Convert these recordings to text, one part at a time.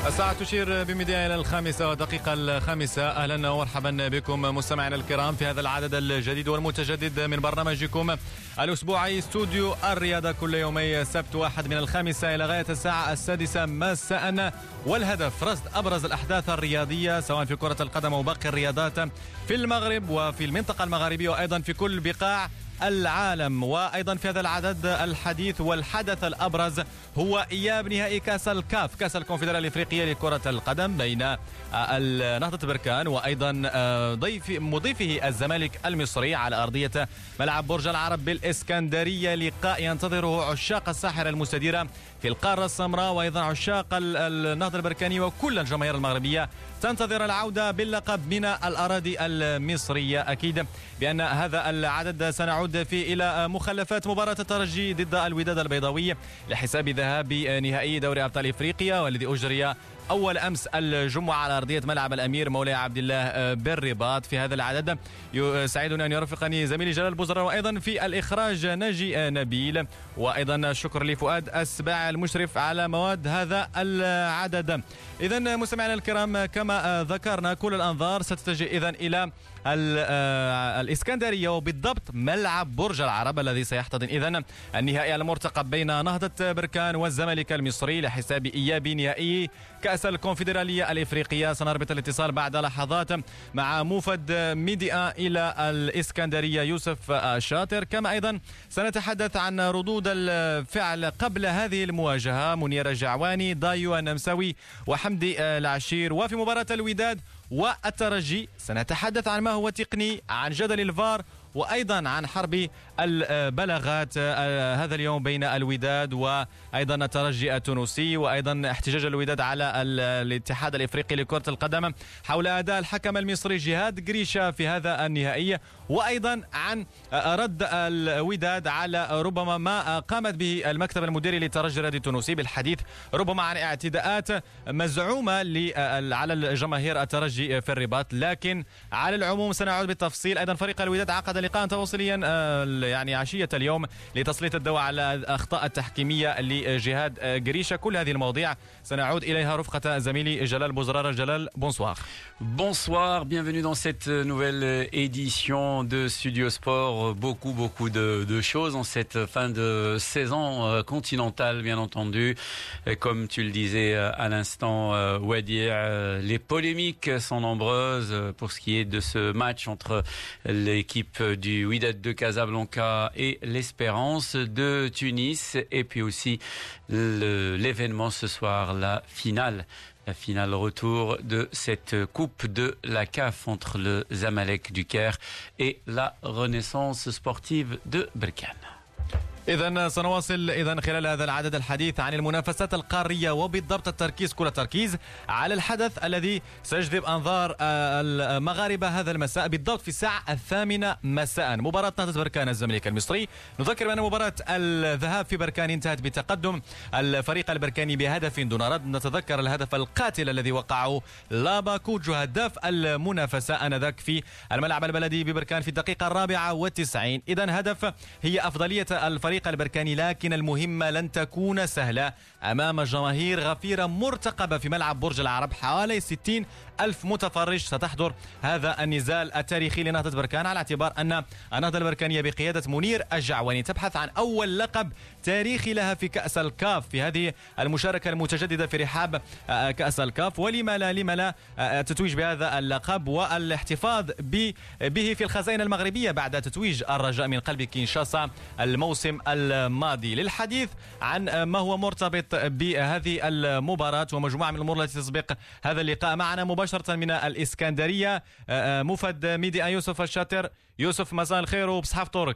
الساعة تشير بمضيها إلى 5:05. أهلا ومرحبا بكم مستمعينا الكرام في هذا العدد الجديد والمتجدد من برنامجكم الأسبوعي استوديو الرياضة، كل يومي سبت واحد من 5 إلى غاية الساعة 6 مساء. والهدف رصد أبرز الأحداث الرياضية سواء في كرة القدم وباقي الرياضات في المغرب وفي المنطقة المغربية وأيضا في كل بقاع العالم. وأيضا في هذا العدد الحديث والحدث الأبرز هو إياب نهائي كأس الكاف، كأس الكونفدرالية الإفريقية لكرة القدم بين نهضة بركان وأيضا مضيفه الزمالك المصري على أرضية ملعب برج العرب بالإسكندرية. لقاء ينتظره عشاق الساحرة المستديرة في القارة السمراء وأيضا عشاق النهضة البركاني وكل الجماهير المغربية تنتظر العودة باللقب من الأراضي المصرية. أكيد بأن هذا العدد سنعود فيه إلى مخلفات مباراة الترجي ضد الوداد البيضاوي لحساب ذهاب نهائي دوري أبطال إفريقيا والذي أجري أول أمس الجمعة على أرضية ملعب الأمير مولاي عبد الله بالرباط. في هذا العدد يسعدني أن يرافقني زميلي جلال بوزرة وأيضا في الإخراج ناجي نبيل، وأيضا شكر لفؤاد السباع المشرف على مواد هذا العدد. إذن مستمعينا الكرام كما ذكرنا كل الأنظار ستتجه إذن إلى الإسكندرية وبالضبط ملعب برج العرب الذي سيحتضن إذن النهائي المرتقب بين نهضة بركان والزمالك المصري لحساب إياب نهائي كأس الكونفدرالية الإفريقية. سنربط الاتصال بعد لحظات مع موفد ميديا إلى الإسكندرية يوسف الشاطر، كما أيضا سنتحدث عن ردود الفعل قبل هذه المواجهة منير جعواني ضايو النمساوي وحمدي العشير. وفي مباراة الوداد والترجي سنتحدث عن ما هو تقني، عن جدل الفار وأيضا عن حرب البلاغات هذا اليوم بين الوداد وأيضا الترجي التونسي، وأيضا احتجاج الوداد على الاتحاد الإفريقي لكرة القدم حول أداء الحكم المصري جهاد قريشة في هذا النهائي، وأيضا عن رد الوداد على ربما ما قامت به المكتب المديري للترجي الرياضي التونسي بالحديث ربما عن اعتداءات مزعومة على الجماهير الترجي في الرباط. لكن على العموم سنعود بالتفصيل. أيضا فريق الوداد عقد لقاء تواصليا يعني عشية اليوم لتسليط الضوء على الأخطاء التحكيمية لجهاد قريشة. كل هذه المواضيع سنعود إليها رفقة زميلي جلال بوزرارة. جلال bonsoir. Bonsoir, bienvenue dans cette nouvelle édition de Studio Sport. Beaucoup de choses en cette fin de saison continentale, bien entendu. Et comme tu le disais à l'instant, Wadir, les polémiques sont nombreuses pour ce qui est de ce match entre l'équipe du Wydad de Casablanca et l'Espérance de Tunis. Et puis aussi l'événement ce soir, la finale retour de cette coupe de la CAF entre le Zamalek du Caire et la Renaissance sportive de Berkane. إذن سنواصل خلال هذا العدد الحديث عن المنافسات القارية وبالضبط التركيز كل التركيز على الحدث الذي سيجذب أنظار المغاربة هذا المساء بالضبط في الساعة 8 مساء مباراة نهضة بركان الزمالك المصري. نذكر بأن مباراة الذهاب في بركان انتهت بتقدم الفريق البركاني بهدف دون رد. نتذكر الهدف القاتل الذي وقعه لابا كوجو هداف المنافسة آنذاك في الملعب البلدي ببركان في الدقيقة 94. إذن هدف هي أفضلية الفريق البركاني، لكن المهمة لن تكون سهلة أمام جماهير غفيرة مرتقبة في ملعب برج العرب. حوالي 60 ألف متفرج ستحضر هذا النزال التاريخي لنهضة بركان، على اعتبار أن النهضة البركانية بقيادة منير الجعواني تبحث عن أول لقب تاريخي لها في كأس الكاف في هذه المشاركة المتجددة في رحاب كأس الكاف. ولما لا التتويج بهذا اللقب والاحتفاظ به في الخزائن المغربية بعد تتويج الرجاء من قلب كينشاسا الموسم الماضي. للحديث عن ما هو مرتبط بهذه المباراة ومجموعة من الأمور التي تسبق هذا اللقاء معنا مباشرة من الإسكندرية مفد ميديا يوسف الشاطر. يوسف مساء الخير وبصحة فطورك.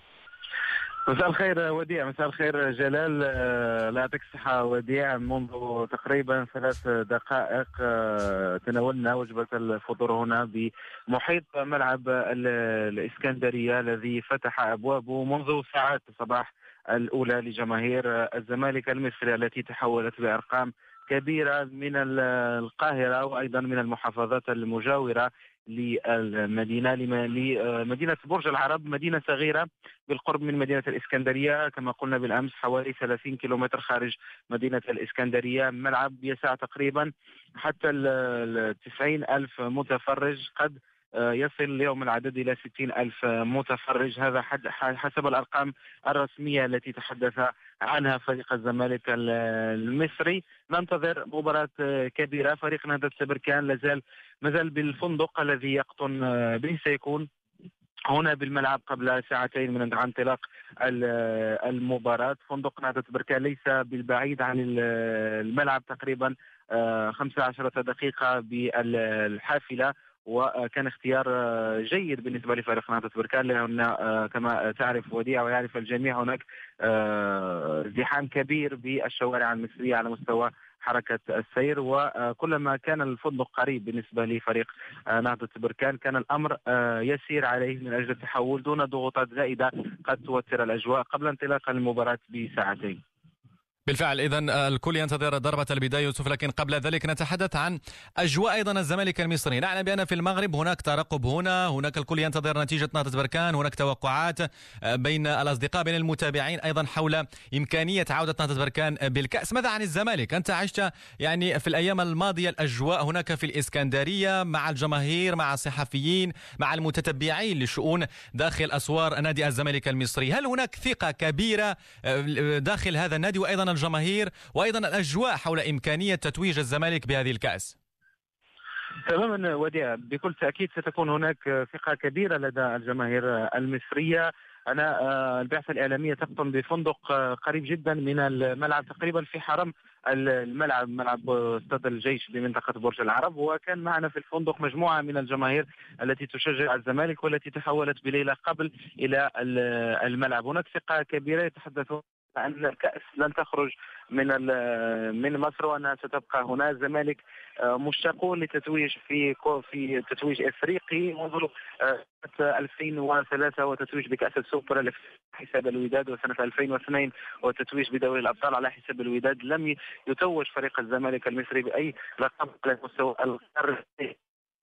مساء الخير وديع. مساء الخير جلال. لا يعطيك الصحة وديع. منذ تقريبا 3 دقائق تناولنا وجبة الفطور هنا بمحيط ملعب الإسكندرية الذي فتح أبوابه منذ ساعات الصباح الأولى لجماهير الزمالك المصري التي تحولت بأرقام كبيرة من القاهرة وأيضا من المحافظات المجاورة للمدينة لمدينة برج العرب، مدينة صغيرة بالقرب من مدينة الإسكندرية كما قلنا بالأمس، حوالي 30 كيلومتر خارج مدينة الإسكندرية. ملعب يسع تقريبا حتى 90 ألف متفرج، قد يصل اليوم العدد إلى 60 ألف متفرج، هذا حسب الأرقام الرسمية التي تحدث عنها فريق الزمالك المصري. ننتظر مباراة كبيرة. فريق نهضة بركان مازال بالفندق الذي يقطن به، سيكون هنا بالملعب قبل ساعتين من انطلاق المباراة. فندق نهضة بركان ليس بالبعيد عن الملعب، تقريبا 15 دقيقة بالحافلة، وكان اختيار جيد بالنسبة لفريق نهضة بركان، لأن كما تعرف وديع ويعرف الجميع هناك ازدحام كبير بالشوارع المصرية على مستوى حركة السير، وكلما كان الفندق قريب بالنسبة لفريق نهضة بركان كان الأمر يسير عليه من أجل التحول دون ضغوطات زائدة قد توتر الأجواء قبل انطلاق المباراة بساعتين. بالفعل إذن الكل ينتظر ضربة البداية يوسف، لكن قبل ذلك نتحدث عن أجواء أيضا الزمالك المصري. نعلم بأن في المغرب هناك ترقب، هناك الكل ينتظر نتيجة نهضة بركان، هناك توقعات بين الأصدقاء بين المتابعين أيضا حول إمكانية عودة نهضة بركان بالكأس. ماذا عن الزمالك؟ أنت عشت يعني في الأيام الماضية الأجواء هناك في الإسكندرية مع الجماهير، مع الصحفيين، مع المتتبعين لشؤون داخل أسوار نادي الزمالك المصري. هل هناك ثقة كبيرة داخل هذا النادي وأيضا الجماهير وأيضا الأجواء حول إمكانية تتويج الزمالك بهذه الكأس؟ تماما وديع، بكل تأكيد ستكون هناك ثقة كبيرة لدى الجماهير المصرية. أنا البعثة الإعلامية تقطن بفندق قريب جدا من الملعب، تقريبا في حرم الملعب، ملعب استاد الجيش بمنطقة برج العرب، وكان معنا في الفندق مجموعة من الجماهير التي تشجع الزمالك والتي تحولت بليلة قبل إلى الملعب. هناك ثقة كبيرة، يتحدثون أن الكأس لن تخرج من مصر وأنها ستبقى هنا. الزمالك مشتاقون لتتويج في تتويج إفريقي منذ 2003 وتتويج بكأس السوبر على حساب الوداد، وسنة 2002 وتتويج بدوري الأبطال على حساب الوداد. لم يتوج فريق الزمالك المصري بأي لقب على مستوى القارة.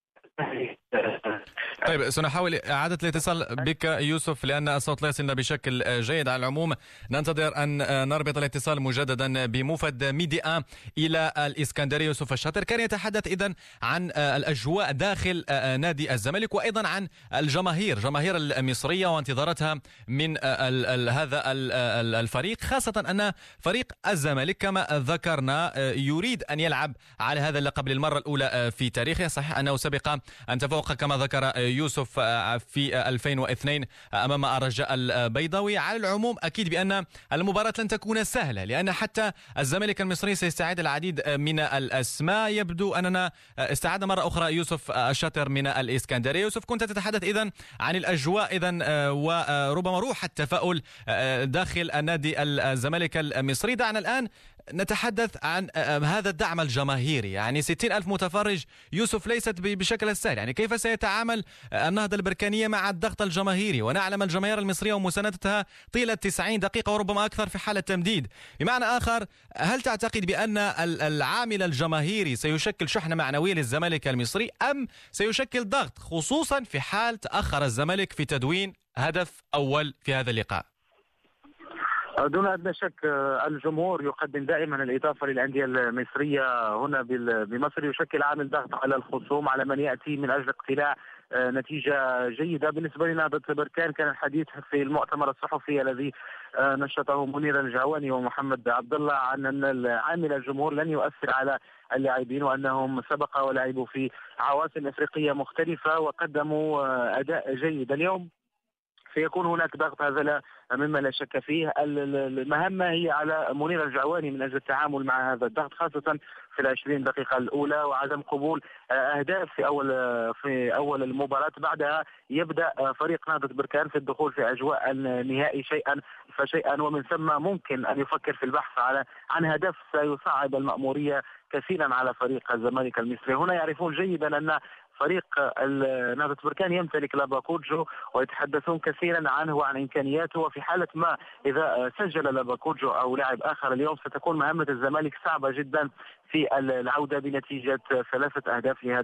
طيب سنحاول إعادة الاتصال بك يوسف لأن الصوت لا يصلنا بشكل جيد. على العموم ننتظر أن نربط الاتصال مجددا بموفد ميديا إلى الإسكندرية. يوسف الشاطر كان يتحدث إذن عن الأجواء داخل نادي الزمالك وأيضا عن جماهير المصرية وانتظارتها من هذا الفريق، خاصة أن فريق الزمالك كما ذكرنا يريد أن يلعب على هذا اللقب للمرة الأولى في تاريخه. صحيح أنه سبق أن تفوق كما ذكر يوسف في 2002 أمام الرجاء البيضاوي. على العموم أكيد بأن المباراة لن تكون سهلة، لأن حتى الزمالك المصري سيستعيد العديد من الأسماء. يبدو أننا استعاد مرة أخرى يوسف الشاطر من الإسكندرية. يوسف كنت تتحدث إذن عن الأجواء إذن وربما روح التفاؤل داخل النادي الزمالك المصري. دعنا الآن نتحدث عن هذا الدعم الجماهيري، يعني 60 ألف متفرج يوسف ليست بشكل السهل. يعني كيف سيتعامل النهضة البركانية مع الضغط الجماهيري؟ ونعلم الجماهير المصرية ومساندتها طيلة 90 دقيقة وربما أكثر في حالة تمديد. بمعنى آخر، هل تعتقد بأن العامل الجماهيري سيشكل شحنة معنوية للزمالك المصري أم سيشكل ضغط، خصوصا في حال تأخر الزمالك في تدوين هدف أول في هذا اللقاء؟ دون أدنى شك الجمهور يقدم دائما الإضافة للأندية المصرية هنا بمصر، يشكل عامل ضغط على الخصوم، على من يأتي من أجل اقتلاع نتيجة جيدة. بالنسبة لنهضة بركان كان الحديث في المؤتمر الصحفي الذي نشطه منير الجعواني ومحمد عبد الله عن أن عامل الجمهور لن يؤثر على اللاعبين، وأنهم سبق ولعبوا في عواصم إفريقية مختلفة وقدموا أداء جيد. اليوم سيكون هناك ضغط، هذا لا مما لا شك فيه. المهمة هي على منير الجعواني من أجل التعامل مع هذا الضغط، خاصة في 20 دقيقة الأولى، وعدم قبول أهداف في أول المباراة. بعدها يبدأ فريق نهضة بركان في الدخول في أجواء النهائي شيئا فشيئا، ومن ثم ممكن أن يفكر في البحث عن هدف سيصعب المأمورية كثيرا على فريق الزمالك المصري. هنا يعرفون جيدا أن فريق نهضة بركان يمتلك لاباكوجو ويتحدثون كثيرا عنه وعن إمكانياته، وفي حالة ما إذا سجل لاباكوجو أو لاعب آخر اليوم ستكون مهمة الزمالك صعبة جدا في العودة بنتيجة 3 أهداف لهدف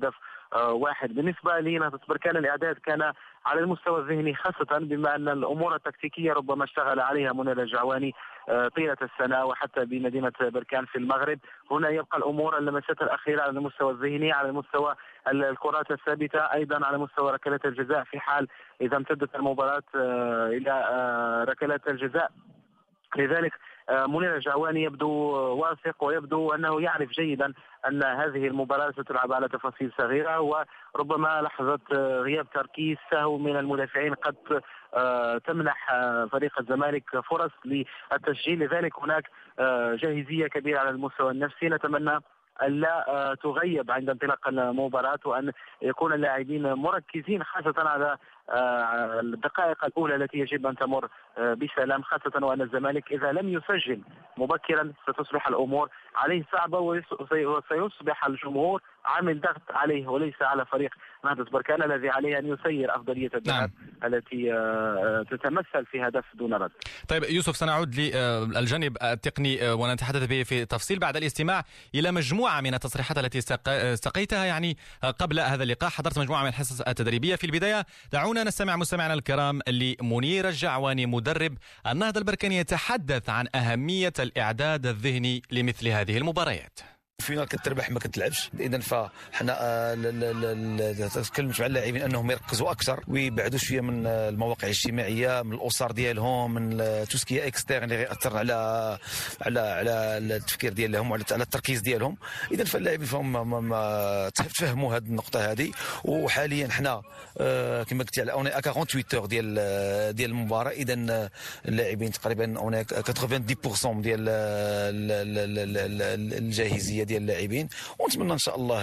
واحد. بالنسبة لنهضة بركان الإعداد كان على المستوى الذهني خاصة، بما أن الأمور التكتيكية ربما اشتغل عليها منير الجعواني طيلة السنة وحتى بمدينة بركان في المغرب. هنا يبقى الأمور اللمسات الأخيرة على المستوى الذهني، على مستوى الكرات الثابتة، أيضا على مستوى ركلات الجزاء في حال إذا امتدت المباراة إلى ركلات الجزاء. لذلك منير الجعواني يبدو واثق ويبدو أنه يعرف جيدا أن هذه المباراة ستلعب على تفاصيل صغيرة، وربما لحظة غياب تركيز سهو من المدافعين قد تمنح فريق الزمالك فرص للتسجيل. لذلك هناك جاهزية كبيرة على المستوى النفسي. نتمنى ألا تغيب عند انطلاق المباراة، وأن يكون اللاعبين مركزين خاصة على الدقائق الأولى التي يجب أن تمر بسلام، خاصة وأن الزمالك إذا لم يسجل مبكرا ستصبح الأمور عليه صعبة، وسيصبح الجمهور عامل ضغط عليه وليس على فريق نهضة بركان الذي عليه أن يسير أفضلية الذهاب التي تتمثل في هدف دون رد. طيب يوسف، سنعود للجانب التقني ونتحدث به في تفصيل بعد الاستماع إلى مجموعة من التصريحات التي استقيتها يعني قبل هذا اللقاء. حضرت مجموعة من الحصص التدريبية. في البداية دعونا نستمع مستمعنا الكرام لمنير الجعواني مدرب النهضة البركاني يتحدث عن أهمية الإعداد الذهني لمثل هذه المباريات. فينال كتربح ما كتلعبش، اذا فحنا تكلمت مع اللاعبين انهم يركزوا اكثر ويبعدوا شويه من المواقع الاجتماعيه، من الاسر ديالهم، من توسكيه اكسترن اللي غيأثر على التفكير ديالهم وعلى التركيز ديالهم. اذا فاللاعبين فهم تفهموا هذه النقطه هذه. وحاليا حنا كما قلت على اوني 48 اور ديال المباراه، اذا اللاعبين تقريبا اوني 90% ديال الجاهزيه ديال اللاعبين. ونتمنى ان شاء الله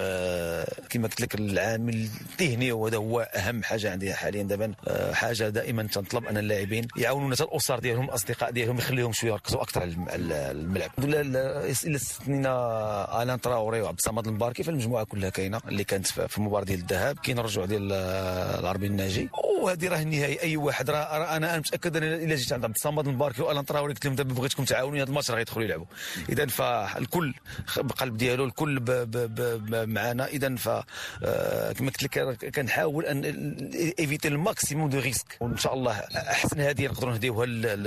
كما قلت لك العامل الذهني وهذا هو اهم حاجه عندي حاليا دابا. حاجه دائما تنطلب ان اللاعبين يعاونونا حتى الاسر ديالهم، الاصدقاء ديالهم، يخليهم شويه يركزوا اكثر على الملعب. الا استثنينا الان تراوري وعبد الصمد المباركي، فالمجموعه كلها كاينه اللي كانت في المباراه ديال الذهاب. كاين الرجوع ديال العربي الناجي، وهذه راه النهائي. اي واحد راه انا متاكد ان الا جيت عند عبد الصمد المباركي والان تراوري قلت لهم دابا بغيتكم تعاونوني هذا الماتش راه غيدخلوا يلعبوا. اذا فالكل بقلب ديالو، الكل معنا. اذا ف كما قلت لك كنحاول ان ايفيتي الماكسيموم دو ريسك، وان شاء الله احسن هذه نقدروا نهديوها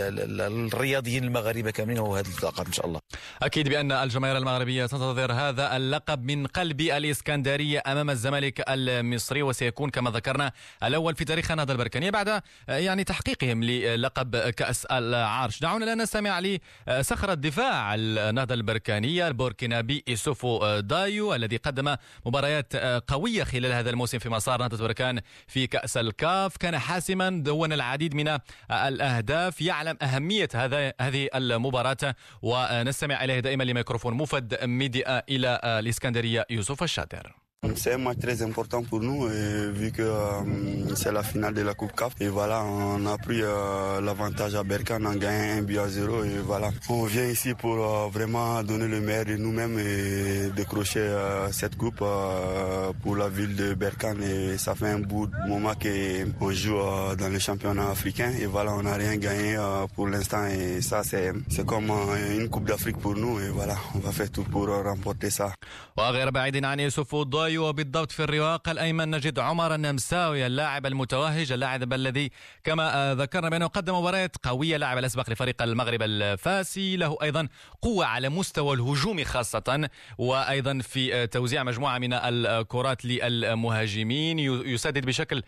للرياضيين المغاربه كاملين، وهو هذا اللقب ان شاء الله. اكيد بان الجماهير المغربيه تنتظر هذا اللقب من قلب الاسكندريه امام الزمالك المصري، وسيكون كما ذكرنا الاول في تاريخ النهضه البركانيه بعد يعني تحقيقهم للقب كاس العرش. دعونا الان نستمع لصخره الدفاع النهضه البركانيه البوركينابي إيسوفو دايو، الذي قدم مباريات قوية خلال هذا الموسم في مسار نهضة بركان في كأس الكاف. كان حاسما، دون العديد من الأهداف، يعلم أهمية هذه المباراة، ونستمع إليه دائما لميكروفون مفد ميديا إلى الإسكندرية يوسف الشادر. C'est un match très important pour nous, vu que c'est la finale de la Coupe CAF. Et voilà, on a pris l'avantage à Berkane en gagnant 1-0. Et voilà, on vient ici pour vraiment donner le meilleur de nous-mêmes et décrocher cette coupe pour la ville de Berkane. Et ça fait un bout de moment qu'on joue dans le championnat africain. Et voilà, on n'a rien gagné pour l'instant. Et ça, c'est comme une Coupe d'Afrique pour nous. Et voilà, on va faire tout pour remporter ça. وغير بعيد عن يوسف الضاي، وبالضبط في الرواق الأيمن نجد عمر النمساوي اللاعب المتوهج، اللاعب الذي كما ذكرنا بأنه قدم مباريات قوية، لاعب الأسبق لفريق المغرب الفاسي، له أيضا قوة على مستوى الهجوم خاصة، وأيضا في توزيع مجموعة من الكرات للمهاجمين، يسدد بشكل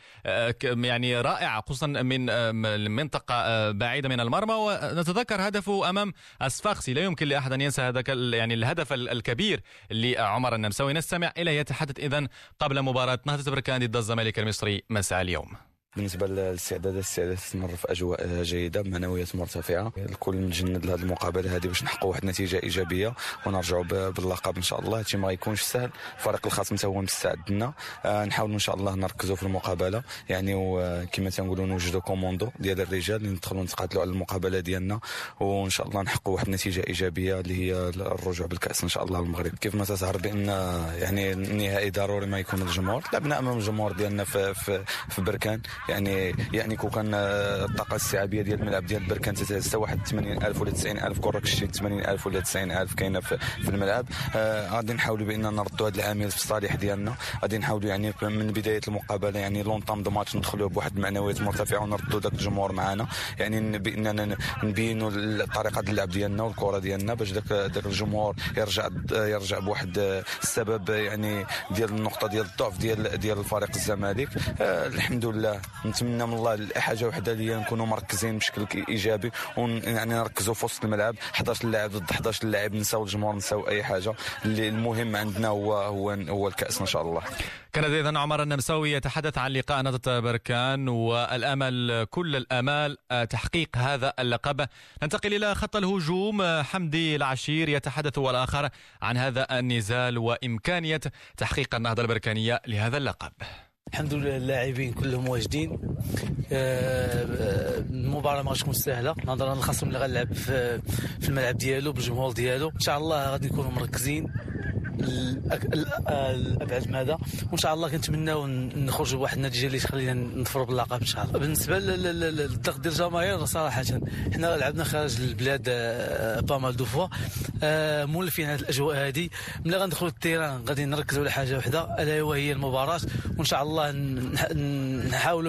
يعني رائع خصوصا من منطقة بعيدة من المرمى. ونتذكر هدفه أمام الصفاقسي، لا يمكن لأحد أن ينسى هذا يعني الهدف الكبير لعمر النمساوي. نستمع إليه يتحدث إذن قبل مباراة نهضة بركان ضد الزمالك المصري مساء اليوم. بالنسبه للاستعدادات تمر في اجواء جيده، معنويات مرتفعه. الكل متجند لهذه المقابله هذه باش نحققوا واحد النتيجه ايجابيه ونرجعوا باللقب ان شاء الله. هادشي ما غيكونش سهل، الفريق الخصم حتى هو مستعد لنا. نحاولوا ان شاء الله نركزوا في المقابله يعني، وكما تنقولوا نوجدوا كوموندو ديال الرجال اللي ندخلوا نتقاتلوا على المقابله ديالنا، وان شاء الله نحققوا واحد النتيجه ايجابيه اللي هي الرجوع بالكاس ان شاء الله للمغرب. كيف ما تظهر بان يعني النهائي ضروري ما يكون الجمهور. لعبنا امام الجمهور ديالنا في بركان، يعني كون كان الطاقه الاستيعابيه ديال الملعب ديال بركان تتهز واحد 80,000 ولا 90,000 كره كشتي 80,000 ولا 90,000 كاينه في الملعب. غادي نحاولوا باننا نردوا هذا العامل في الصالح ديالنا. غادي نحاولوا يعني من بدايه المقابله يعني لونطام دو ماتش ندخلوا بواحد المعنويات مرتفعه ونردوا ذاك الجمهور معنا، يعني باننا نبينوا طريقه اللعب ديالنا والكره ديالنا باش ذاك الجمهور يرجع بواحد السبب يعني ديال النقطه ديال الضعف ديال الفريق الزمالك. الحمد لله نتمنى من الله حاجه وحده اللي هي نكونوا مركزين بشكل ايجابي ويعني نركزوا في وسط الملعب 11 لاعب ضد 11 لاعب، نساو الجمهور نساو اي حاجه. اللي المهم عندنا هو الكاس ان شاء الله. كان اذا عمر النمساوي يتحدث عن لقاء نهضة بركان والامل كل الامال تحقيق هذا اللقب. ننتقل الى خط الهجوم. حمدي العشير يتحدث والاخر عن هذا النزال وامكانيه تحقيق النهضة البركانيه لهذا اللقب. الحمد لله اللاعبين كلهم واجدين. المباراه ما غتكون سهله نظرا للخصم اللي غنلعب في الملعب ديالو بالجمهور ديالو. ان شاء الله غادي نكونوا مركزين الابعد مدى، وان شاء الله كنتمناو نخرجوا بواحد النتيجه اللي تخلينا نظفروا باللقب ان شاء الله. بالنسبه للضغط ديال الجماهير صراحه حنا لعبنا خارج البلاد بامال دو فوا، مولفين هذه الاجواء هذه. ملي غندخلوا التيران غادي نركزوا على حاجه وحده الا وهي المباراه، وان شاء الله نحاولوا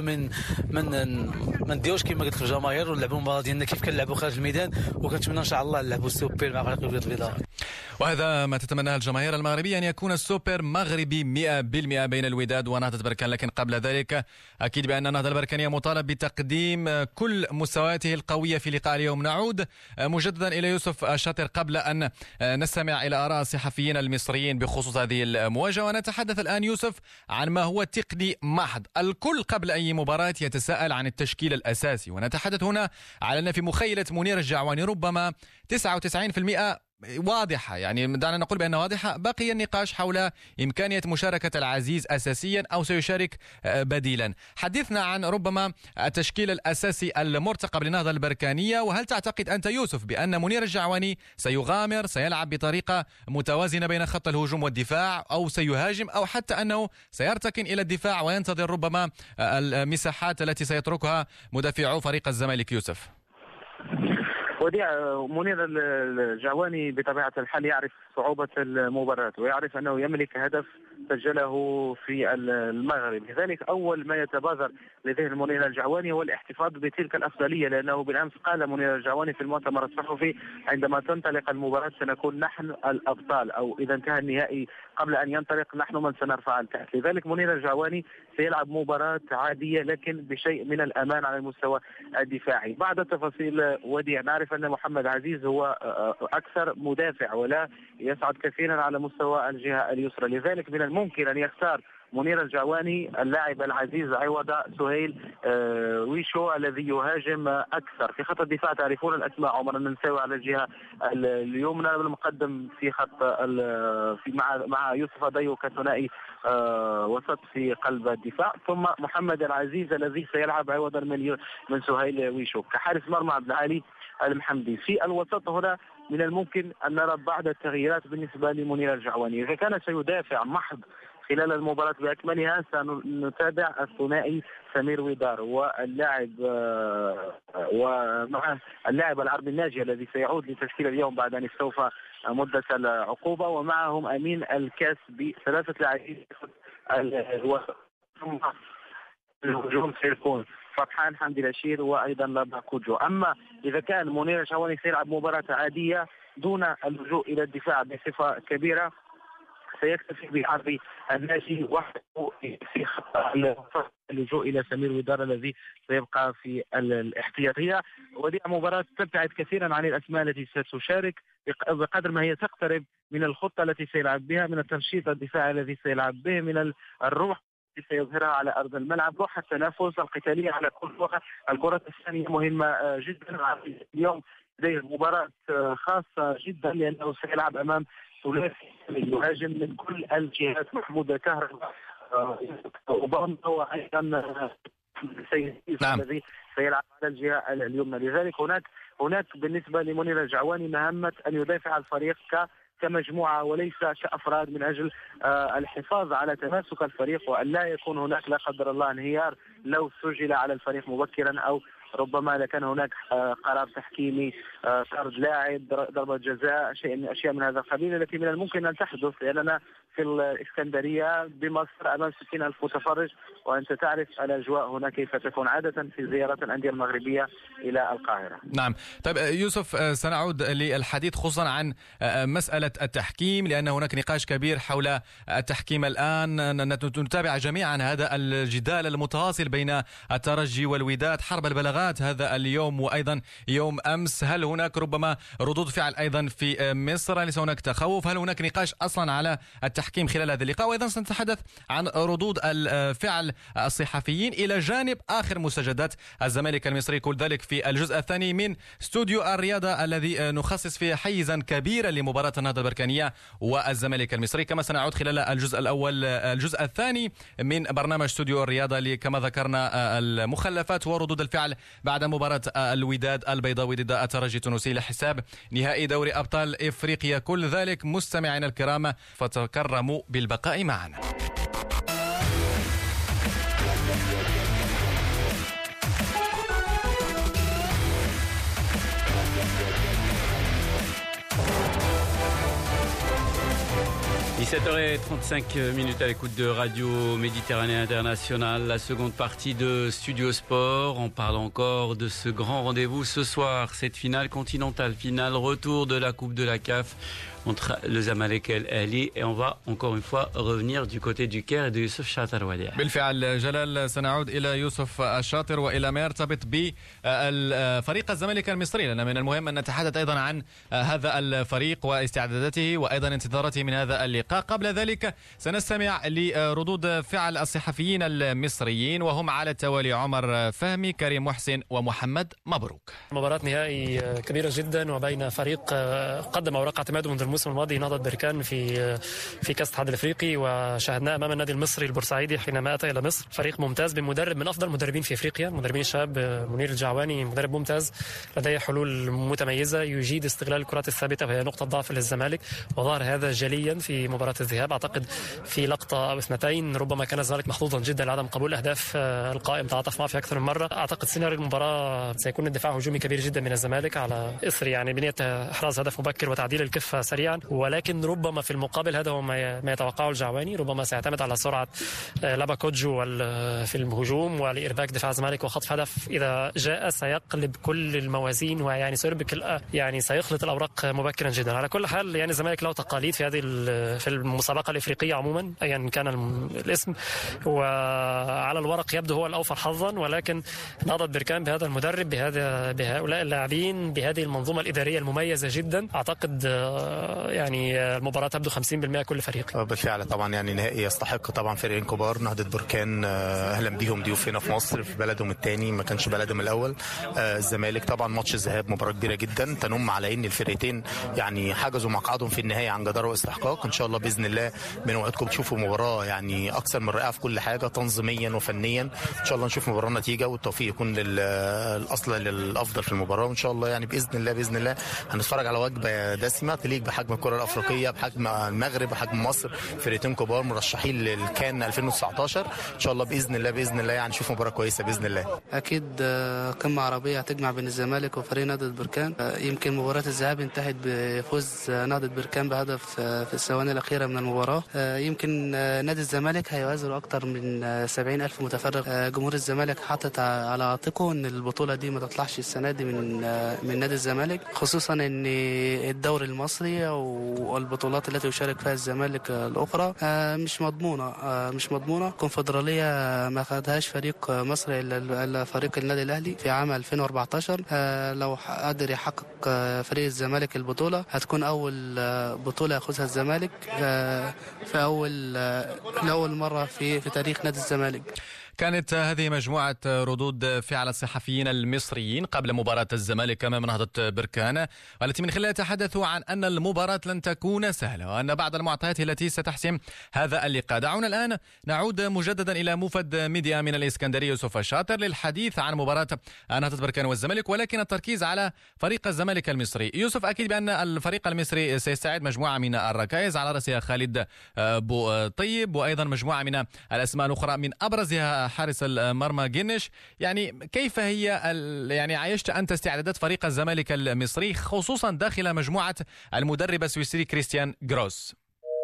ما نديروش كما قلت لك الجماهير ونلعبوا المباراه ديالنا كيف كنلعبوا خارج الميدان، وكنتمنى ان شاء الله نلعبوا السوبر مع فريق البيض البيضاء. وهذا ما تتمناه الجماهير المغربية، أن يكون السوبر مغربي 100% بين الوداد ونهضة بركان. لكن قبل ذلك أكيد بأن النهضة البركانية مطالب بتقديم كل مستوياته القوية في لقاء اليوم. نعود مجددا إلى يوسف الشاطر قبل أن نستمع إلى آراء الصحفيين المصريين بخصوص هذه المواجهة. ونتحدث الآن يوسف عن ما هو تقني محض. الكل قبل أي مباراة يتساءل عن التشكيل الأساسي، ونتحدث هنا على أن في مخيلة منير الجعواني ربما 99% واضحة، يعني دعنا نقول بأنها واضحة. بقي النقاش حول إمكانية مشاركة العزيز أساسيا أو سيشارك بديلا. حدثنا عن ربما التشكيل الأساسي المرتقب للنهضة البركانية، وهل تعتقد أنت يوسف بأن منير الجعواني سيغامر، سيلعب بطريقة متوازنة بين خط الهجوم والدفاع، أو سيهاجم، أو حتى أنه سيرتكن إلى الدفاع وينتظر ربما المساحات التي سيتركها مدافعو فريق الزمالك؟ يوسف. وديع، منير الجعواني بطبيعة الحال يعرف صعوبة المباراة ويعرف أنه يملك هدف سجله في المغرب، لذلك أول ما يتبادر لذهن منير الجعواني هو الاحتفاظ بتلك الأفضلية، لأنه بالأمس قال منير الجعواني في المؤتمر الصحفي عندما تنطلق المباراة سنكون نحن الأبطال، أو إذا انتهى النهائي قبل أن ينطلق نحن من سنرفع الكأس. لذلك منير الجعواني سيلعب مباراة عادية لكن بشيء من الأمان على المستوى الدفاعي. بعد التفاصيل وديع، نعرف أن محمد عزيز هو أكثر مدافع ولا يصعد كثيرا على مستوى الجهة اليسرى، لذلك من الممكن أن يختار منير الجعواني اللاعب العزيز عوض سهيل ويشو الذي يهاجم أكثر. في خط الدفاع تعرفون الأسماء، عمر النمساوي على الجهة اليمنى المقدم في خط مع يوسف دايو كثنائي وسط في قلب الدفاع، ثم محمد العزيز الذي سيلعب عوضا من سهيل ويشو كحارس مرمى عبد العالي المحمدي. في الوسط هنا من الممكن أن نرى بعض التغييرات بالنسبة لمنير الجعواني. إذا كان سيدافع محض خلال المباراة بأكملها سنتابع الثنائي سمير ويدار واللاعب ومع اللاعب العربي الناجي الذي سيعود لتشكيل اليوم بعد أن استوفى مدة العقوبة، ومعهم أمين الكاس بثلاثة لاعبين. الهجوم سيكون فتحان، حمدي العشير، وأيضا لابا كوجو. أما إذا كان منير الجعواني سيلعب مباراة عادية دون اللجوء إلى الدفاع بصفة كبيرة، سيكتفي بعرض الناجي وحده في خط اللجوء إلى سمير ويدار الذي سيبقى في الاحتياطية. ودي مباراة تبتعد كثيرا عن الأسماء التي ستشارك بقدر ما هي تقترب من الخطة التي سيلعب بها، من التنشيط الدفاعي الذي سيلعب به، من الروح سيظهرها على أرض الملعب، روح التنافس القتالية على كل وقت. الكرة الثانية مهمة جدا. اليوم لديه مباراة خاصة جدا لأنه سيلعب أمام ثلاثي يهاجم من كل الجهات، محمود كهرباء وبرمه وأيضا الذي سيلعب على الجهة اليمنى. لذلك هناك بالنسبة لمنير الجعواني مهمة أن يدافع الفريق كمجموعة وليس كأفراد، من أجل الحفاظ على تماسك الفريق وأن لا يكون هناك لا قدر الله انهيار لو سجل على الفريق مبكرا، أو ربما لكان هناك قرار تحكيمي، طرد لاعب، ضربة جزاء، أشياء من هذا القبيل التي من الممكن أن تحدث، لأننا في الإسكندرية بمصر أمام 60,000 متفرج، وأنت تعرف الأجواء هنا كيف تكون عادة في زيارات الأندية المغربية إلى القاهرة. نعم. طيب يوسف، سنعود للحديث خصوصا عن مسألة التحكيم، لأن هناك نقاش كبير حول التحكيم الآن. نتابع جميعا هذا الجدال المتواصل بين الترجي والوداد، حرب البلاغات هذا اليوم وأيضا يوم أمس. هل هناك ربما ردود فعل أيضا في مصر؟ ليس هناك تخوف؟ هل هناك نقاش أصلا على التحكيم خلال هذا اللقاء؟ وأيضا سنتحدث عن ردود الفعل الصحفيين إلى جانب آخر مستجدات الزمالك المصري، كل ذلك في الجزء الثاني من استوديو الرياضة الذي نخصص فيه حيزا كبيرا لمباراة النهضة البركانية والزمالك المصري. كما سنعود خلال الجزء الثاني من برنامج استوديو الرياضة كما ذكرنا المخلفات وردود الفعل بعد مباراة الوداد البيضاوي ضد الترجي التونسي لحساب نهائي دوري أبطال إفريقيا. كل ذلك مستمعينا الكرام فتكرموا بالبقاء معنا. « 17h35 à l'écoute de Radio Méditerranée Internationale, la seconde partie de Studio Sport. On parle encore de ce grand rendez-vous ce soir, cette finale continentale, finale retour de la Coupe de la CAF entre le Zamalek et l'Ahli, et on va encore une fois revenir du côté du Caire et de Youssef Chater Wadia. بالفعل جلال، سنعود إلى يوسف الشاطر وإلى ما يرتبط بفريق الزمالك المصري، لأن من المهم أن نتحدث أيضا عن هذا الفريق واستعداداته وأيضا انتظاراته من هذا اللقاء. قبل ذلك سنستمع لردود فعل الصحفيين المصريين وهم على التوالي عمر فهمي، كريم محسن ومحمد مبروك. مباراة نهائي كبيرة جدا وبين فريق قدم أوراق اعتماده منذ الموسم الماضي نهضة بركان في كأس الاتحاد الافريقي، وشاهدناه امام النادي المصري البورسعيدي حينما اتى الى مصر. فريق ممتاز بمدرب من افضل المدربين في افريقيا، مدربين الشباب، منير الجعواني مدرب ممتاز لديه حلول متميزه، يجيد استغلال الكرات الثابته وهي نقطه ضعف للزمالك، وظهر هذا جليا في مباراه الذهاب. اعتقد في لقطه او اثنتين ربما كان الزمالك محظوظا جدا لعدم قبول اهداف القائم، تعاطف معه في اكثر من مره. اعتقد سيناريو المباراه سيكون الدفاع هجومي كبير جدا من الزمالك على اثر بنيه احراز هدف مبكر وتعديل الكفه سريعا، ولكن ربما في المقابل هذا هو ما يتوقعه الجعواني، ربما سيعتمد على سرعه لابا كوجو في الهجوم ولارباك دفاع الزمالك وخطف هدف اذا جاء سيقلب كل الموازين ويعني سيربك سيخلط الاوراق مبكرا جدا. على كل حال الزمالك له تقاليد في المسابقه الافريقيه عموما ايا كان الاسم، وعلى الورق يبدو هو الاوفر حظا، ولكن نهضة بركان بهذا المدرب بهؤلاء اللاعبين بهذه المنظومه الاداريه المميزه جدا، اعتقد المباراة تبدو 50% كل فريق. بالفعل طبعا نهائي يستحق طبعا فريقين كبار. نهضة بركان اهلا بيهم، ضيوف هنا في مصر في بلدهم الثاني، ما كانش بلدهم الاول. الزمالك طبعا ماتش الذهاب مباراة كبيرة جدا تنم على ان الفرقتين حجزوا مقعدهم في النهائي عن جدارة واستحقاق. ان شاء الله باذن الله بنوعدكم تشوفوا مباراة اكثر من رائعة في كل حاجة، تنظيميا وفنيا. ان شاء الله نشوف مباراة نتيجة والتوفيق يكون للاصل للافضل في المباراة، وان شاء الله باذن الله هنتفرج على وجبة دسمة تليق بحجم الكرة الافريقيه، بحجم المغرب، بحجم مصر. فرقتين كبار مرشحين للكان 2019. ان شاء الله باذن الله نشوف مباراه كويسه باذن الله. اكيد قمه عربيه هتجمع بين الزمالك وفريق نهضة بركان. يمكن مباراه الذهاب انتهت بفوز نهضة بركان بهدف في الثواني الاخيره من المباراه. يمكن نادي الزمالك هيؤازر اكثر من 70,000 متفرج. جمهور الزمالك حاطط على عاتقه ان البطوله دي ما تطلعش السنه دي من نادي الزمالك، خصوصا ان الدوري المصري والبطولات التي يشارك فيها الزمالك الأخرى مش مضمونة. كونفدرالية ما خدهاش فريق مصري إلا فريق النادي الأهلي في عام 2014. لو قدر يحقق فريق الزمالك البطولة هتكون أول بطولة يأخذها الزمالك في أول مرة في تاريخ نادي الزمالك. كانت هذه مجموعة ردود فعل الصحفيين المصريين قبل مباراة الزمالك أمام نهضة بركان، والتي من خلالها تحدثوا عن أن المباراة لن تكون سهلة وأن بعض المعطيات التي ستحسم هذا اللقاء. دعونا الآن نعود مجددا إلى موفد ميديا من الإسكندرية يوسف الشاطر للحديث عن مباراة نهضة بركان والزمالك، ولكن التركيز على فريق الزمالك المصري. يوسف، أكيد بأن الفريق المصري سيستعد مجموعة من الركائز على رأسها خالد بو طيب، وأيضا مجموعة من الأسماء الأخرى من أبرزها حارس المرمى جنش. يعني كيف هي يعني عايشت أنت استعدادات فريق الزمالك المصري خصوصا داخل مجموعة المدرب السويسري كريستيان جروس؟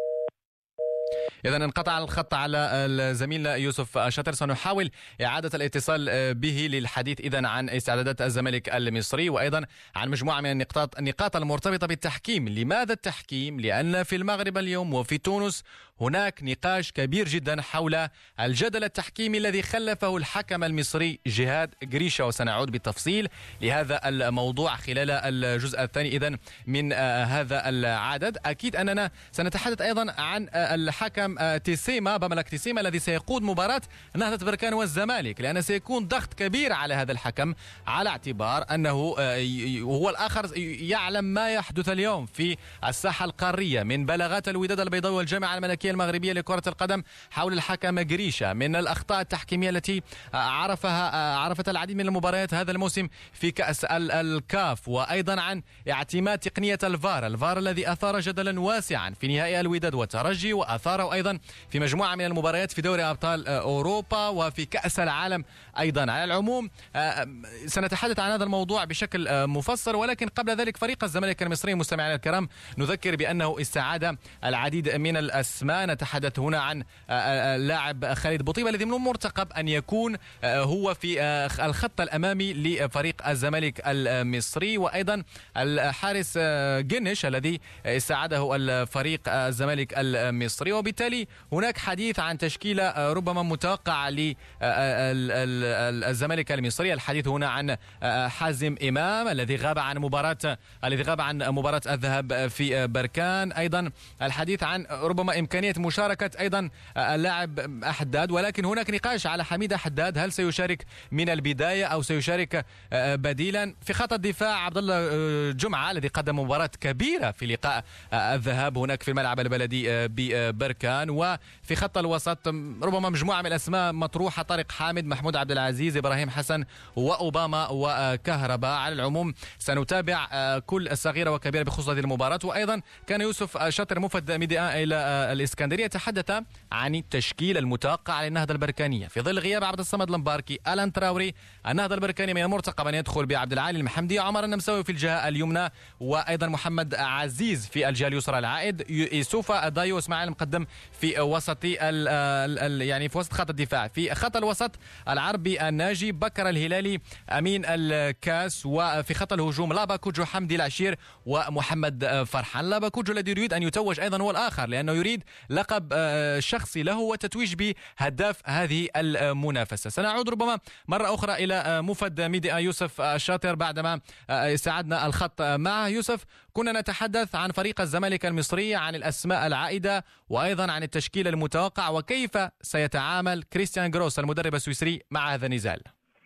إذا انقطع الخط على الزميل يوسف الشاطر، سنحاول إعادة الاتصال به للحديث إذن عن استعدادات الزمالك المصري وأيضا عن مجموعة من النقاط المرتبطة بالتحكيم. لماذا التحكيم؟ لأن في المغرب اليوم وفي تونس هناك نقاش كبير جدا حول الجدل التحكيمي الذي خلفه الحكم المصري جهاد قريشة، وسنعود بالتفصيل لهذا الموضوع خلال الجزء الثاني إذن من هذا العدد. أكيد أننا سنتحدث أيضا عن الحكم تيسيما بملك تيسيما الذي سيقود مباراة نهضة بركان والزمالك، لأن سيكون ضغط كبير على هذا الحكم على اعتبار أنه هو الآخر يعلم ما يحدث اليوم في الساحة القارية من بلاغات الوداد البيضاوي والجامعة الملكية المغربية لكرة القدم حول الحكم قريشة، من الأخطاء التحكيمية التي عرفت العديد من المباريات هذا الموسم في كأس الكاف، وأيضا عن اعتماد تقنية الفار الذي أثار جدلا واسعا في نهائي الوداد والترجي، وأثاره أيضا في مجموعة من المباريات في دوري أبطال أوروبا وفي كأس العالم أيضا. على العموم سنتحدث عن هذا الموضوع بشكل مفصل، ولكن قبل ذلك فريق الزمالك المصري مستمعينا الكرام نذكر بأنه استعاد العديد من الأسماء. نتحدث هنا عن اللاعب خالد بوطيبة الذي من المرتقب أن يكون هو في الخط الأمامي لفريق الزمالك المصري، وأيضا الحارس جنش الذي استعاده الفريق الزمالك المصري. وبالتالي هناك حديث عن تشكيلة ربما متوقعة للزمالك المصري. الحديث هنا عن حازم إمام الذي غاب عن مباراة الذهاب في بركان، أيضا الحديث عن ربما إمكانية مشاركة أيضا اللاعب أحداد، ولكن هناك نقاش على حميد أحداد، هل سيشارك من البداية أو سيشارك بديلا؟ في خط الدفاع عبد الله جمعة الذي قدم مباراة كبيرة في لقاء الذهاب هناك في الملعب البلدي ببركان. وفي خط الوسط ربما مجموعة من الأسماء مطروحة، طارق حامد، محمود عبد العزيز، إبراهيم حسن وأوباما وكهرباء. على العموم سنتابع كل الصغيرة وكبيرة بخصوص هذه المباراة. وأيضا كان يوسف شاطر موفد ميديا إلى الإسكندرية تحدث عن التشكيل المتوقع للنهضة البركانية في ظل غياب عبد الصمد المباركي، ألان تراوري. النهضة البركانية من المرتقب أن يدخل بعبد العالي المحمدي، عمر النمساوي في الجهة اليمنى، وأيضا محمد عزيز في الجهة اليسرى العائد، يوسوفا دايو اسماعيل المقدم في وسط يعني في وسط خط الدفاع. في خط الوسط العربي الناجي، بكر الهلالي، أمين الكاس. وفي خط الهجوم لاباكوجو، حمدي العشير ومحمد فرحان. لاباكوجو الذي يريد أن يتوج أيضا هو الآخر، لأنه يريد لقب شخصي له وتتويج بهداف هذه المنافسة. سنعود ربما مرة أخرى إلى موفد ميديا يوسف الشاطر بعدما استعدنا الخط معه. يوسف، كنا نتحدث عن فريق الزمالك المصري، عن الأسماء العائدة وأيضا عن التشكيل المتوقع، وكيف سيتعامل كريستيان جروس المدرب السويسري مع هذا النزال.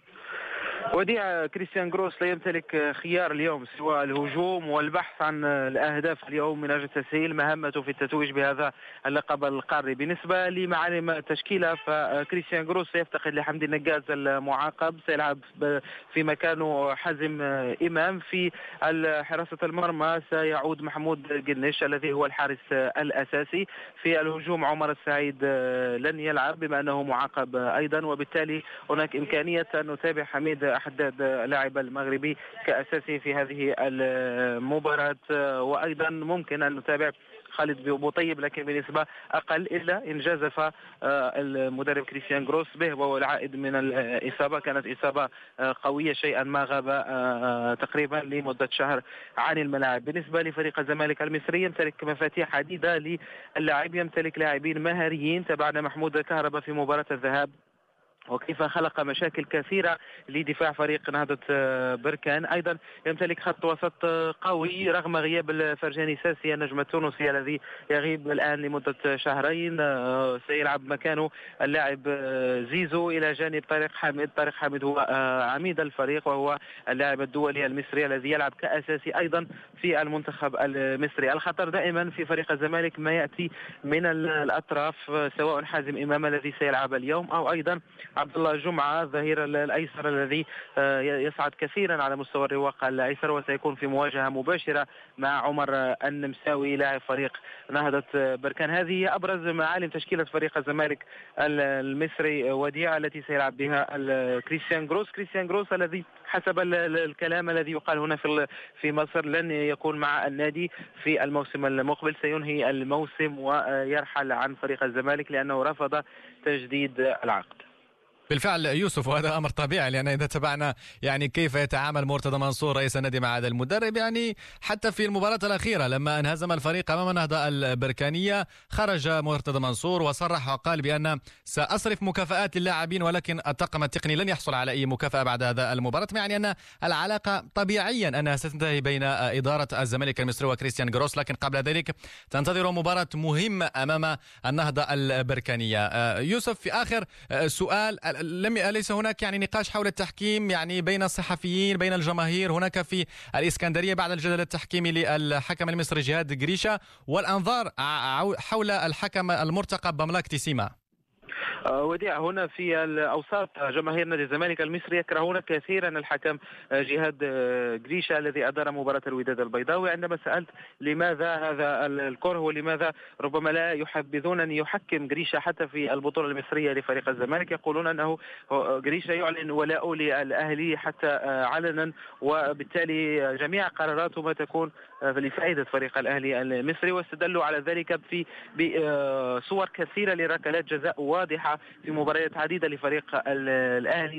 وديع، كريستيان جروس لا يمتلك خيار اليوم سوى الهجوم والبحث عن الأهداف اليوم من أجل تسهيل مهمته في التتويج بهذا اللقب القاري. بالنسبة لمعالم التشكيلة، فكريستيان جروس سيفتقد لحمدي النقاز المعاقب، سيلعب في مكانه حازم إمام. في حراسة المرمى سيعود محمود قنش الذي هو الحارس الأساسي. في الهجوم عمر السعيد لن يلعب بما أنه معاقب أيضا، وبالتالي هناك إمكانية أن نتابع حميد أحداد لاعب المغربي كأساسي في هذه المباراة، وأيضا ممكن أن نتابع خالد بوطيب لكن بنسبة أقل، إلا إن جازف المدرب كريستيان جروس به، وهو العائد من الإصابة. كانت إصابة قوية شيئا ما، غاب تقريبا لمدة شهر عن الملاعب. بالنسبة لفريق الزمالك المصري، يمتلك مفاتيح عديدة للاعب، يمتلك لاعبين مهاريين. تابعنا محمود كهرباء في مباراة الذهاب وكيف خلق مشاكل كثيرة لدفاع فريق نهضة بركان. أيضا يمتلك خط وسط قوي رغم غياب الفرجاني ساسي النجم التونسي الذي يغيب الآن لمدة شهرين. سيلعب مكانه اللاعب زيزو إلى جانب طارق حامد. طارق حامد هو عميد الفريق وهو اللاعب الدولي المصري الذي يلعب كأساسي أيضا في المنتخب المصري. الخطر دائما في فريق الزمالك ما يأتي من الأطراف، سواء حازم إمام الذي سيلعب اليوم أو أيضا عبد الله جمعة الظهير الأيسر الذي يصعد كثيرا على مستوى الرواق الأيسر، وسيكون في مواجهة مباشرة مع عمر النمساوي لاعب فريق نهضة بركان. هذه أبرز معالم تشكيلة فريق الزمالك المصري وديعة التي سيلعب بها كريستيان جروس الذي حسب الكلام الذي يقال هنا في مصر لن يكون مع النادي في الموسم المقبل، سينهي الموسم ويرحل عن فريق الزمالك لأنه رفض تجديد العقد. بالفعل يوسف، وهذا امر طبيعي، لان اذا تابعنا يعني كيف يتعامل مرتضى منصور رئيس النادي مع هذا المدرب، يعني حتى في المباراه الاخيره لما انهزم الفريق امام النهضه البركانيه خرج مرتضى منصور وصرح وقال بان ساصرف مكافآت للاعبين ولكن الطاقم التقني لن يحصل على اي مكافاه بعد هذا المباراه، يعني ان العلاقه طبيعيا انها ستنتهي بين اداره الزمالك المصري وكريستيان جروس، لكن قبل ذلك تنتظر مباراه مهمه امام النهضه البركانيه. يوسف، في اخر سؤال، ليس هناك يعني نقاش حول التحكيم يعني بين الصحفيين بين الجماهير هناك في الإسكندرية بعد الجدل التحكيمي للحكم المصري جهاد قريشة والأنظار حول الحكم المرتقب بملاك تيسيما؟ وديع، هنا في الأوساط جماهير نادي الزمالك المصري يكرهون كثيرا الحكم جهاد قريشة الذي أدار مباراة الوداد البيضاوي. عندما سألت لماذا هذا الكره ولماذا ربما لا يحبذون أن يحكم قريشة حتى في البطولة المصرية لفريق الزمالك، يقولون أنه قريشة يعلن ولاءه للأهلي حتى علنا، وبالتالي جميع قراراته ما تكون لفائدة فريق الأهلي المصري، واستدلوا على ذلك بصور كثيرة لركلات جزاء واضحة في مباريات عديدة لفريق الأهلي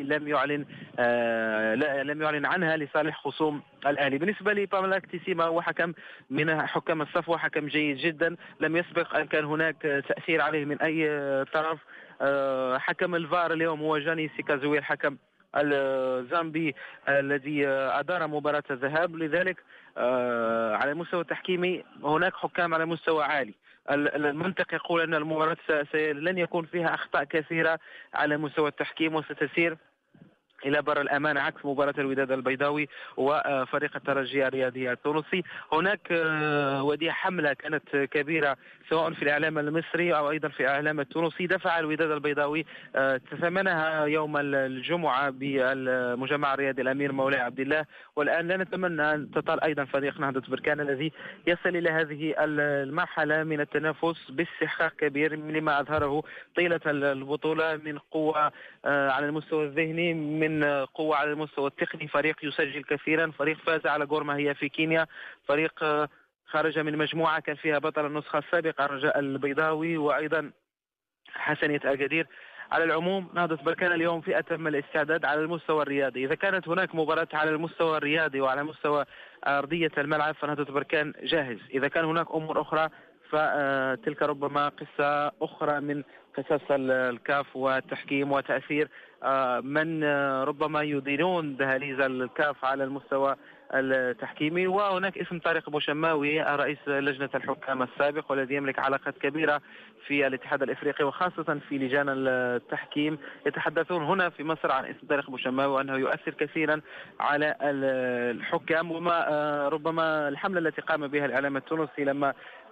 لم يعلن عنها لصالح خصوم الأهلي. بالنسبة لباملاك تيسيما هو حكم من حكام الصفوة، حكم جيد جدا، لم يسبق أن كان هناك تأثير عليه من أي طرف. حكم الفار اليوم هو جاني سيكازوي الحكم الزامبي الذي أدار مباراة الذهاب، لذلك على المستوى التحكيمي هناك حكام على مستوى عالي. المنطق يقول أن المباراة لن يكون فيها أخطاء كثيرة على مستوى التحكيم وستسير إلى بر الأمان عكس مباراة الوداد البيضاوي وفريق الترجي الرياضي التونسي. هناك ودي حملة كانت كبيرة سواء في الإعلام المصري أو أيضا في الإعلام التونسي، دفع الوداد البيضاوي ثمنها يوم الجمعة بالمجمع الرياضي الأمير مولاي عبد الله، والآن لا نتمنى أن تطال أيضا فريق نهضة بركان الذي يصل إلى هذه المرحلة من التنافس باستحقاق كبير لما أظهره طيلة البطولة من قوة على المستوى الذهني، من قوة على المستوى التقني، فريق يسجل كثيرا، فريق فاز على غور ماهية في كينيا، فريق خرج من مجموعة كان فيها بطل النسخة السابقة الرجاء البيضاوي وأيضا حسنية أكادير. على العموم نهضة بركان اليوم في أتم الاستعداد على المستوى الرياضي. إذا كانت هناك مباراة على المستوى الرياضي وعلى مستوى أرضية الملعب فنهضة بركان جاهز. إذا كان هناك أمور أخرى فتلك ربما قصة أخرى من قصص الكاف والتحكيم وتأثير من ربما يديرون دهاليز الكاف على المستوى التحكيمي. وهناك اسم طارق بوشماوي رئيس لجنة الحكام السابق والذي يملك علاقات كبيرة في الاتحاد الافريقي وخاصة في لجان التحكيم، يتحدثون هنا في مصر عن اسم طارق بوشماوي وأنه يؤثر كثيرا على الحكام، وما ربما الحملة التي قام بها الإعلام التونسي لما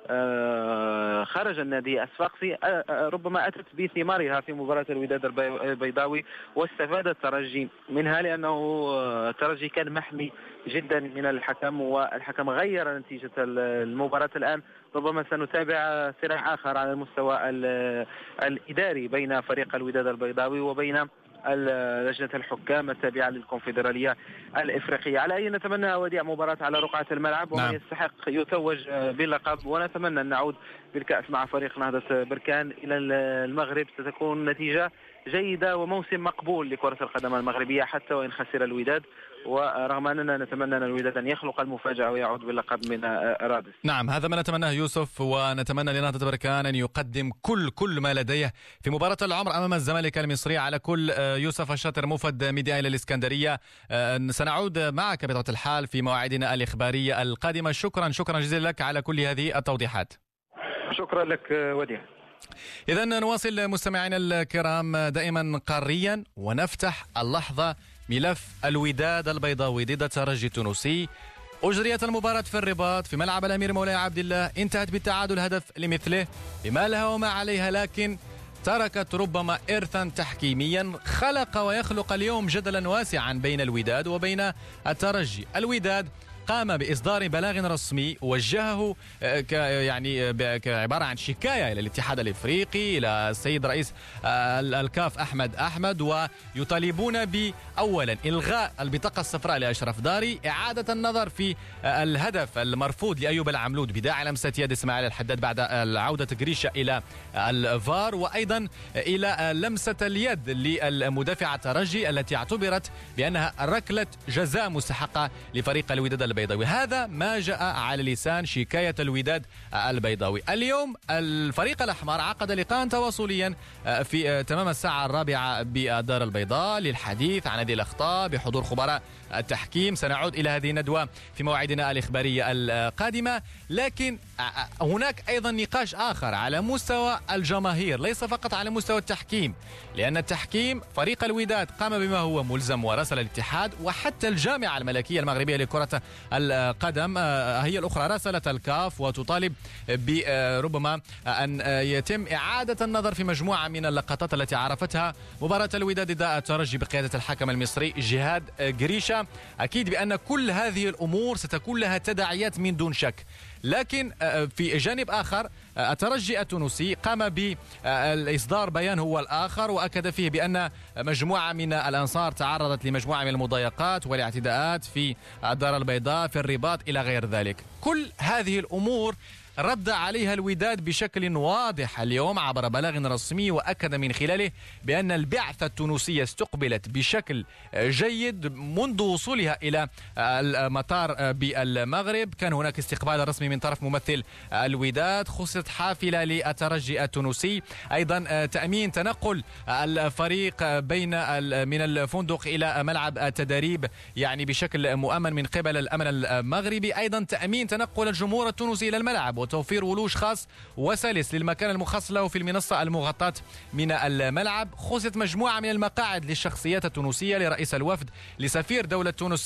خرج النادي الصفاقسي ربما أتت بثمارها في مباراة الوداد البيضاوي واستفاد الترجي منها، لأنه الترجي كان محمي جدا من الحكم والحكم غير نتيجة المباراة. الآن ربما سنتابع صراع آخر على المستوى الإداري بين فريق الوداد البيضاوي وبين لجنة الحكام التابعة للكونفدرالية الإفريقية. على أي نتمنى وديع مباراة على رقعة الملعب ومن يستحق يتوج باللقب، ونتمنى أن نعود بالكأس مع فريق نهضة بركان إلى المغرب. ستكون نتيجة جيدة وموسم مقبول لكرة القدم المغربية حتى وإن خسر الوداد، ورغم أننا نتمنى أن الوداد أن يخلق المفاجأة ويعود باللقب من رادس. نعم، هذا ما نتمناه يوسف، ونتمنى لنهضة بركان أن يقدم كل ما لديه في مباراة العمر أمام الزمالك المصري. على كل يوسف الشاطر موفد ميديا إلى الإسكندرية، سنعود معك بطبيعة الحال في مواعيدنا الإخبارية القادمة. شكرا جزيلا لك على كل هذه التوضيحات. شكرا لك وديع. إذا نواصل مستمعينا الكرام دائما قاريا، ونفتح اللحظة ملف الوداد البيضاوي ضد الترجي التونسي. أجريت المباراة في الرباط في ملعب الأمير مولاي عبد الله، انتهت بالتعادل هدف لمثله بما لها وما عليها، لكن تركت ربما إرثا تحكيميا خلق ويخلق اليوم جدلا واسعا بين الوداد وبين الترجي. الوداد قام بإصدار بلاغ رسمي وجهه كعبارة عن شكاية إلى الاتحاد الإفريقي، إلى السيد رئيس الكاف أحمد، ويطالبون بأولا إلغاء البطاقة الصفراء لأشرف داري، إعادة النظر في الهدف المرفوض لأيوب العملود بداعي لمسة يد إسماعيل الحداد بعد عودة غريشة إلى الفار، وأيضا إلى لمسة اليد للمدافع الترجي التي اعتبرت بأنها ركلة جزاء مستحقة لفريق الوداد البيضاوي. هذا ما جاء على لسان شكاية الوداد البيضاوي. اليوم الفريق الأحمر عقد لقاء تواصليا في تمام الساعة 4 بالدار البيضاء للحديث عن هذه الأخطاء بحضور خبراء التحكيم. سنعود إلى هذه الندوة في مواعيدنا الإخبارية القادمة، لكن هناك أيضا نقاش آخر على مستوى الجماهير، ليس فقط على مستوى التحكيم، لأن التحكيم فريق الوداد قام بما هو ملزم وراسل الاتحاد، وحتى الجامعة الملكية المغربية لكرة القدم هي الأخرى راسلت الكاف وتطالب بربما أن يتم إعادة النظر في مجموعة من اللقطات التي عرفتها مباراة الوداد ضد الترجي بقيادة الحكم المصري جهاد غريشة. أكيد بأن كل هذه الأمور ستكون لها تداعيات من دون شك، لكن في جانب آخر الترجي التونسي قام بإصدار بيان هو الآخر، وأكد فيه بأن مجموعة من الأنصار تعرضت لمجموعة من المضايقات والاعتداءات في الدار البيضاء في الرباط إلى غير ذلك. كل هذه الأمور رد عليها الوداد بشكل واضح اليوم عبر بلاغ رسمي، وأكد من خلاله بأن البعثة التونسية استقبلت بشكل جيد منذ وصولها إلى المطار بالمغرب. كان هناك استقبال رسمي من طرف ممثل الوداد، خصصت حافلة للترجي التونسي، أيضا تأمين تنقل الفريق من الفندق إلى ملعب التدريب يعني بشكل مؤمن من قبل الأمن المغربي، أيضا تأمين تنقل الجمهور التونسي إلى الملعب وتوفير ولوج خاص وسلس للمكان المخصص له في المنصة المغطاة من الملعب. خصصت مجموعة من المقاعد للشخصيات التونسية، لرئيس الوفد، لسفير دولة تونس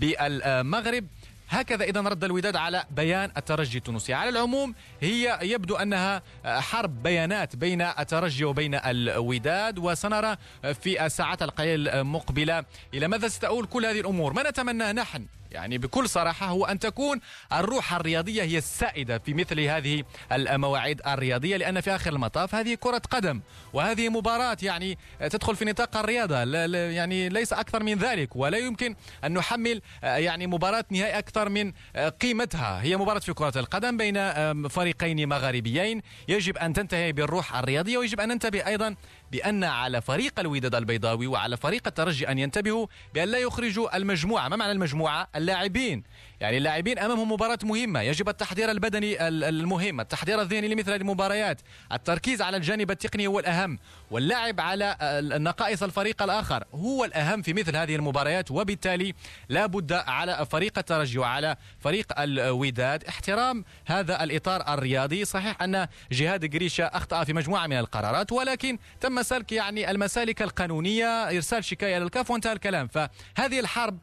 بالمغرب. هكذا إذن رد الوداد على بيان الترجي التونسي. على العموم هي يبدو أنها حرب بيانات بين الترجي وبين الوداد، وسنرى في الساعات القليلة المقبلة إلى ماذا ستؤول كل هذه الأمور. ما نتمناه نحن يعني بكل صراحة هو أن تكون الروح الرياضية هي السائدة في مثل هذه المواعيد الرياضية، لأن في آخر المطاف هذه كرة قدم، وهذه مباراة يعني تدخل في نطاق الرياضة، يعني ليس أكثر من ذلك، ولا يمكن أن نحمل يعني مباراة نهائي أكثر من قيمتها. هي مباراة في كرة القدم بين فريقين مغاربيين، يجب أن تنتهي بالروح الرياضية، ويجب أن ننتبه أيضا بأن على فريق الوداد البيضاوي وعلى فريق الترجي أن ينتبهوا بأن لا يخرجوا المجموعة. ما معنى المجموعة؟ اللاعبين، يعني اللاعبين أمامهم مباراة مهمة، يجب التحضير البدني المهم، التحضير الذهني لمثل هذه المباريات، التركيز على الجانب التقني هو الأهم، واللعب على نقائص الفريق الآخر هو الأهم في مثل هذه المباريات. وبالتالي لا بد على فريق الترجي وعلى فريق الوداد احترام هذا الإطار الرياضي. صحيح أن جهاد غريشة أخطأ في مجموعة من القرارات، ولكن تم سلك يعني المسالك القانونية، إرسال شكاية للكاف وانتهى الكلام. فهذه الحرب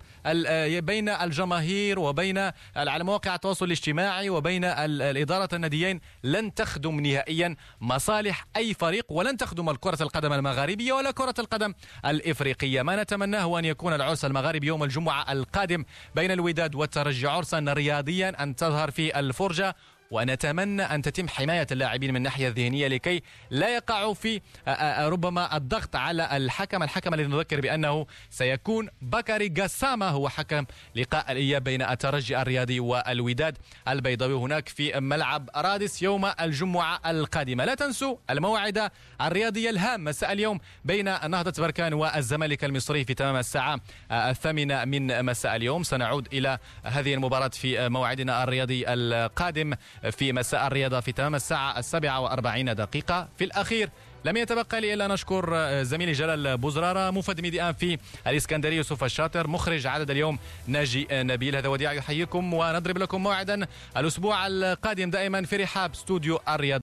بين الجماهير وبين على مواقع التواصل الاجتماعي وبين الإدارة الناديين لن تخدم نهائيا مصالح أي فريق، ولن تخدم كرة القدم المغاربية ولا كرة القدم الإفريقية. ما نتمناه هو أن يكون العرس المغاربي يوم الجمعة القادم بين الوداد والترجي عرسا رياضيا، أن تظهر فيه الفرجة ونتمنى أن تتم حماية اللاعبين من الناحية الذهنية لكي لا يقعوا في ربما الضغط على الحكم الذي نذكر بأنه سيكون بكري قسامة، هو حكم لقاء الإياب بين الترجي الرياضي والوداد البيضاوي هناك في ملعب رادس يوم الجمعة القادمة. لا تنسوا الموعد الرياضي الهام مساء اليوم بين نهضة بركان والزمالك المصري في تمام الساعة 8 من مساء اليوم. سنعود إلى هذه المباراة في موعدنا الرياضي القادم في مساء الرياضة في تمام الساعة 47 دقيقة. في الأخير لم يتبقى لي إلا نشكر زميلي جلال بوزرارة، مفد ميديان في الإسكندرية يوسف الشاطر، مخرج عدد اليوم ناجي نبيل. هذا وديع يحييكم ونضرب لكم موعدا الأسبوع القادم دائما في رحاب استوديو الرياضة.